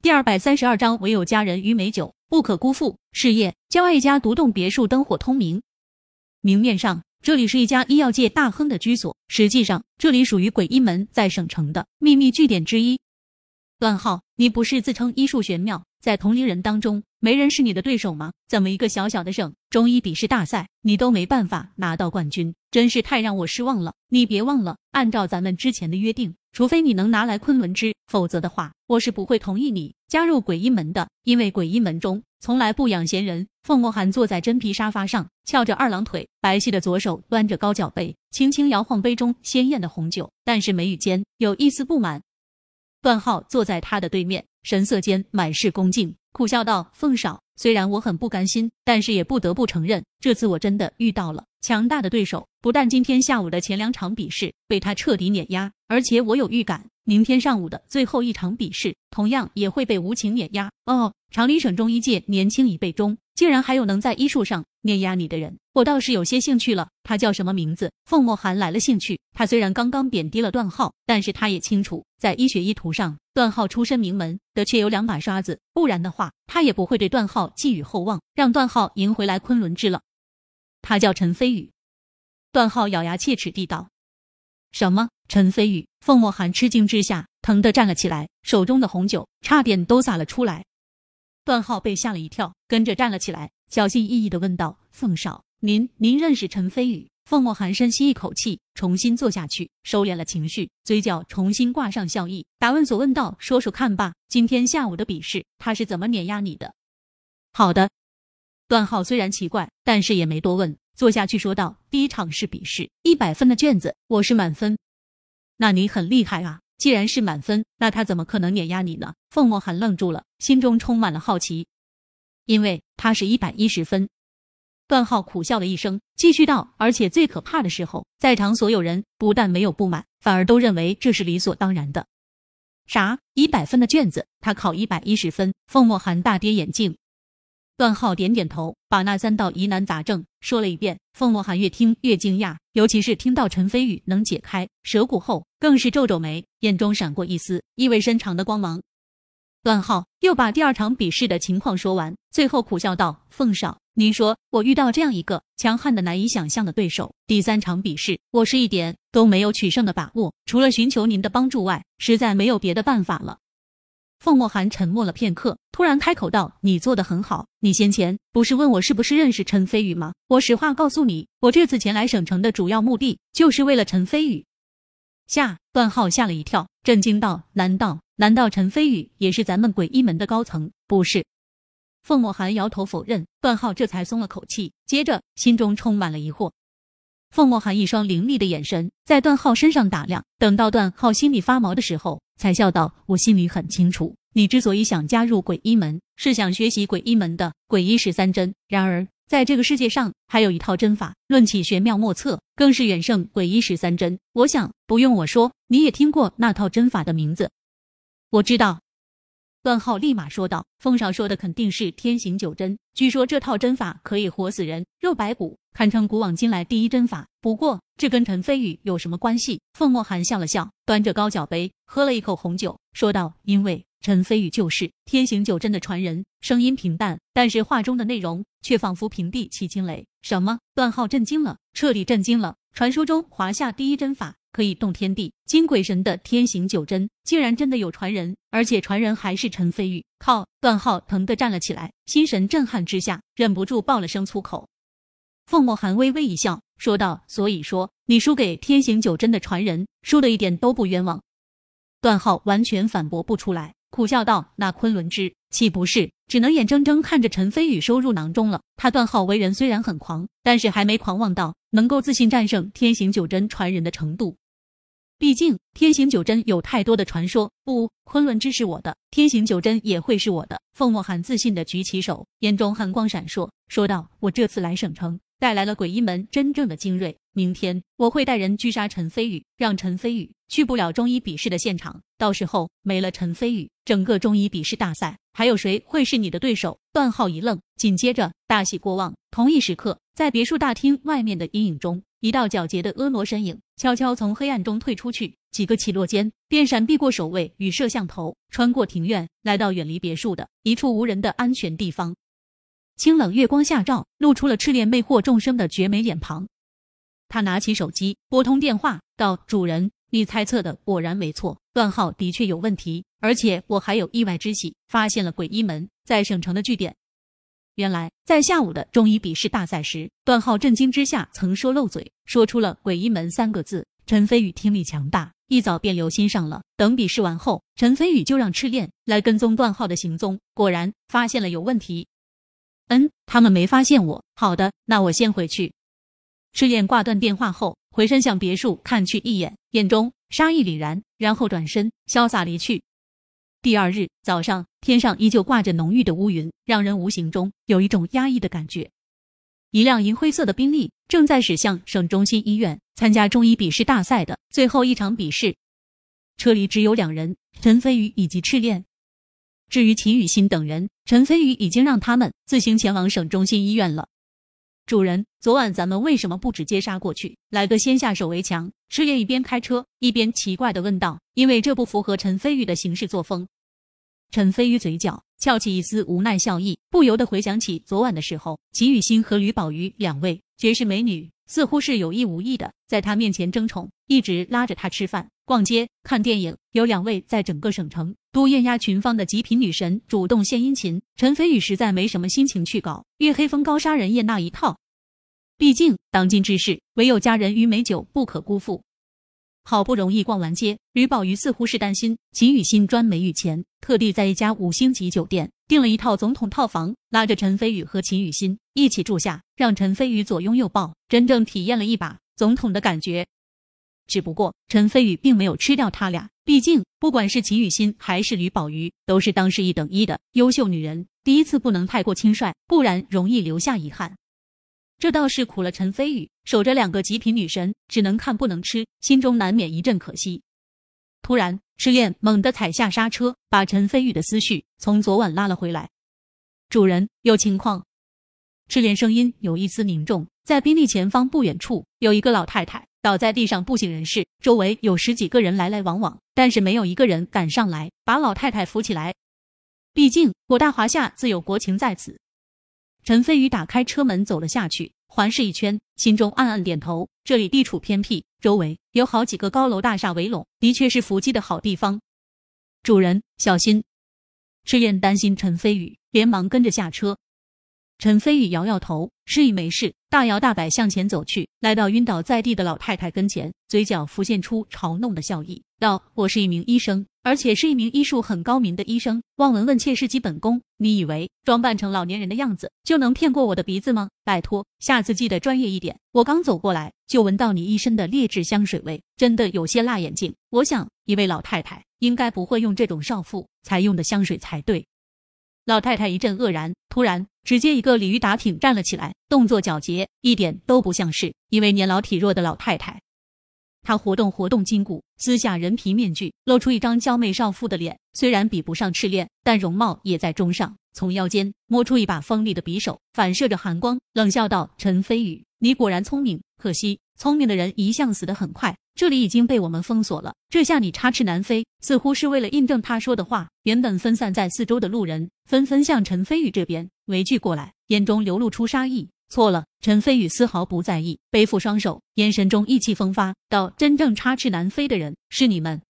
第232章唯有佳人与美酒，不可辜负。是夜，郊外一家独栋别墅灯火通明。明面上，这里是一家医药界大亨的居所，实际上，这里属于鬼医门在省城的秘密据点之一。段浩，你不是自称医术玄妙，在同龄人当中，没人是你的对手吗？怎么一个小小的省中医笔试大赛，你都没办法拿到冠军，真是太让我失望了。你别忘了，按照咱们之前的约定，除非你能拿来昆仑枝，否则的话，我是不会同意你加入鬼医门的，因为鬼医门中从来不养闲人。凤墨寒坐在真皮沙发上，翘着二郎腿，白皙的左手端着高脚杯，轻轻摇晃杯中鲜艳的红酒，但是眉宇间有一丝不满。段浩坐在他的对面，神色间满是恭敬，苦笑道：“凤少，虽然我很不甘心，但是也不得不承认，这次我真的遇到了强大的对手。不但今天下午的前2场比试被他彻底碾压，而且我有预感，明天上午的最后一场比试同样也会被无情碾压。哦，长林省中医界年轻一辈中，竟然还有能在医术上碾压你的人，我倒是有些兴趣了。他叫什么名字？”凤墨寒来了兴趣，他虽然刚刚贬低了段浩，但是他也清楚，在医学医途上，段浩出身名门，的确有2把刷子，不然的话，他也不会对段浩寄予厚望，让段浩赢回来昆仑枝了。他叫陈飞宇。段浩咬牙切齿地道：“什么？陈飞宇？”凤墨寒吃惊之下，疼得站了起来，手中的红酒差点都洒了出来。段浩被吓了一跳，跟着站了起来，小心翼翼地问道：“凤少，您认识陈飞宇？”凤墨寒深吸一口气，重新坐下去，收敛了情绪，嘴角重新挂上笑意，答问所问道：“说说看吧，今天下午的比试，他是怎么碾压你的？”好的。段浩虽然奇怪，但是也没多问，坐下去说道：“第1场是笔试，100分的卷子，我是满分。”那你很厉害啊，既然是满分，那他怎么可能碾压你呢？凤墨寒愣住了，心中充满了好奇。因为他是110分。段浩苦笑了一声，继续道：“而且最可怕的时候，在场所有人不但没有不满，反而都认为这是理所当然的。”啥？100分的卷子，他考110分？凤墨寒大跌眼镜。段浩点点头，把那3道疑难杂症说了一遍。凤墨寒越听越惊讶，尤其是听到陈飞宇能解开蛇骨后，更是皱皱眉，眼中闪过一丝意味深长的光芒。段浩又把第2场比试的情况说完，最后苦笑道：“凤少，您说我遇到这样一个强悍的难以想象的对手，第3场比试我是一点都没有取胜的把握，除了寻求您的帮助外，实在没有别的办法了。”凤墨寒沉默了片刻，突然开口道：“你做得很好，你先前不是问我是不是认识陈飞宇吗？我实话告诉你，我这次前来省城的主要目的就是为了陈飞宇。”段浩吓了一跳，震惊道：“难道陈飞宇也是咱们鬼医门的高层？”“不是。”凤墨寒摇头否认。段浩这才松了口气，接着心中充满了疑惑。凤墨寒一双凌厉的眼神在段浩身上打量，等到段浩心里发毛的时候，才笑道：“我心里很清楚，你之所以想加入鬼医门，是想学习鬼医门的鬼医13针。然而，在这个世界上还有一套针法，论起玄妙莫测，更是远胜鬼医13针。我想不用我说，你也听过那套针法的名字。”“我知道。”段浩立马说道：“凤少说的肯定是天行9针，据说这套针法可以活死人，肉白骨，堪称古往今来第1针法。不过，这跟陈飞宇有什么关系？”凤墨寒笑了笑，端着高脚杯喝了一口红酒，说道：“因为陈飞宇就是天行9针的传人。”声音平淡，但是话中的内容却仿佛平地起惊雷。“什么？”段浩震惊了，彻底震惊了。传说中华夏第1针法可以动天地惊鬼神的天行9针，竟然真的有传人，而且传人还是陈飞宇。靠！段浩疼得站了起来，心神震撼之下，忍不住爆了声粗口。凤墨寒微微一笑，说道：“所以说，你输给天行9针的传人，输的一点都不冤枉。”段浩完全反驳不出来，苦笑道：“那昆仑枝岂不是只能眼睁睁看着陈飞宇收入囊中了？”他段浩为人虽然很狂，但是还没狂妄到能够自信战胜天行9针传人的程度。毕竟天行9针有太多的传说，不，昆仑枝是我的，天行9针也会是我的。凤墨寒自信地举起手，眼中寒光闪烁，说道：“我这次来省城，带来了鬼医门真正的精锐。明天我会带人狙杀陈飞宇，让陈飞宇去不了中医比试的现场。到时候没了陈飞宇，整个中医比试大赛还有谁会是你的对手？”段浩一愣，紧接着大喜过望。同一时刻，在别墅大厅外面的阴影中，一道皎洁的婀娜身影悄悄从黑暗中退出去， 几个起落间，便闪避过守卫与摄像头，穿过庭院，来到远离别墅的一处无人的安全地方。清冷月光下照，露出了赤练魅惑众生的绝美脸庞。他拿起手机，拨通电话，道：“主人，你猜测的果然没错，段浩的确有问题，而且我还有意外之喜，发现了鬼医门在省城的据点。”原来，在下午的中医笔试大赛时，段浩震惊之下曾说漏嘴，说出了鬼医门3个字。陈飞宇听力强大，一早便留心上了。等笔试完后，陈飞宇就让赤练来跟踪段浩的行踪，果然发现了有问题。他们没发现我。好的，那我先回去。赤练挂断电话后，回身向别墅看去一眼，眼中杀意凛然，然后转身潇洒离去。第二日早上，天上依旧挂着浓郁的乌云，让人无形中有一种压抑的感觉。一辆银灰色的宾利正在驶向省中心医院，参加中医笔试大赛的最后一场笔试。车里只有2人，陈飞宇以及赤练。至于秦雨欣等人，陈飞宇已经让他们自行前往省中心医院了。主人，昨晚咱们为什么不直接杀过去，来个先下手为强？赤练一边开车一边奇怪地问道，因为这不符合陈飞宇的行事作风。陈飞宇嘴角翘起一丝无奈笑意，不由得回想起昨晚的时候，齐雨欣和吕宝瑜2位绝世美女，似乎是有意无意的在他面前争宠，一直拉着他吃饭、逛街、看电影。有2位在整个省城都艳压群芳的极品女神主动献殷勤，陈飞宇实在没什么心情去搞月黑风高杀人夜那一套。毕竟当今之事，唯有佳人与美酒不可辜负。好不容易逛完街，吕宝瑜似乎是担心秦雨欣专没雨钱，特地在一家5星级酒店订了一套总统套房，拉着陈飞宇和秦雨欣一起住下，让陈飞宇左拥右抱，真正体验了一把总统的感觉。只不过陈飞宇并没有吃掉他俩，毕竟不管是秦雨欣还是吕宝瑜，都是当世1等1的优秀女人，第一次不能太过轻率，不然容易留下遗憾。这倒是苦了陈飞宇，守着2个极品女神，只能看不能吃，心中难免一阵可惜。突然，赤练猛地踩下刹车，把陈飞宇的思绪从昨晚拉了回来。主人，有情况。赤练声音有一丝凝重，在宾利前方不远处，有一个老太太倒在地上不省人事，周围有10几个人来来往往，但是没有一个人敢上来把老太太扶起来。毕竟国大华夏自有国情在此。陈飞宇打开车门走了下去，环视一圈，心中暗暗点头。这里地处偏僻，周围有好几个高楼大厦围拢，的确是伏击的好地方。主人，小心！赤练担心陈飞宇，连忙跟着下车。陈飞宇摇摇头，示意没事，大摇大摆向前走去，来到晕倒在地的老太太跟前，嘴角浮现出嘲弄的笑意，道：“我是一名医生，而且是一名医术很高明的医生，望闻问切是基本功。你以为装扮成老年人的样子就能骗过我的鼻子吗？拜托，下次记得专业一点。我刚走过来就闻到你一身的劣质香水味，真的有些辣眼睛。我想，一位老太太应该不会用这种少妇才用的香水才对。”老太太一阵愕然，突然直接一个鲤鱼打挺站了起来，动作皎洁，一点都不像是一位年老体弱的老太太。她活动筋骨，撕下人皮面具，露出一张娇媚少妇的脸，虽然比不上赤练，但容貌也在中上。从腰间摸出一把锋利的匕首，反射着寒光，冷笑道：“陈飞宇，你果然聪明，可惜聪明的人一向死得很快，这里已经被我们封锁了。这下你插翅难飞。”似乎是为了印证他说的话，原本分散在四周的路人纷纷向陈飞宇这边围聚过来，眼中流露出杀意。错了，陈飞宇丝毫不在意，背负双手，眼神中意气风发，道：“真正插翅难飞的人是你们。”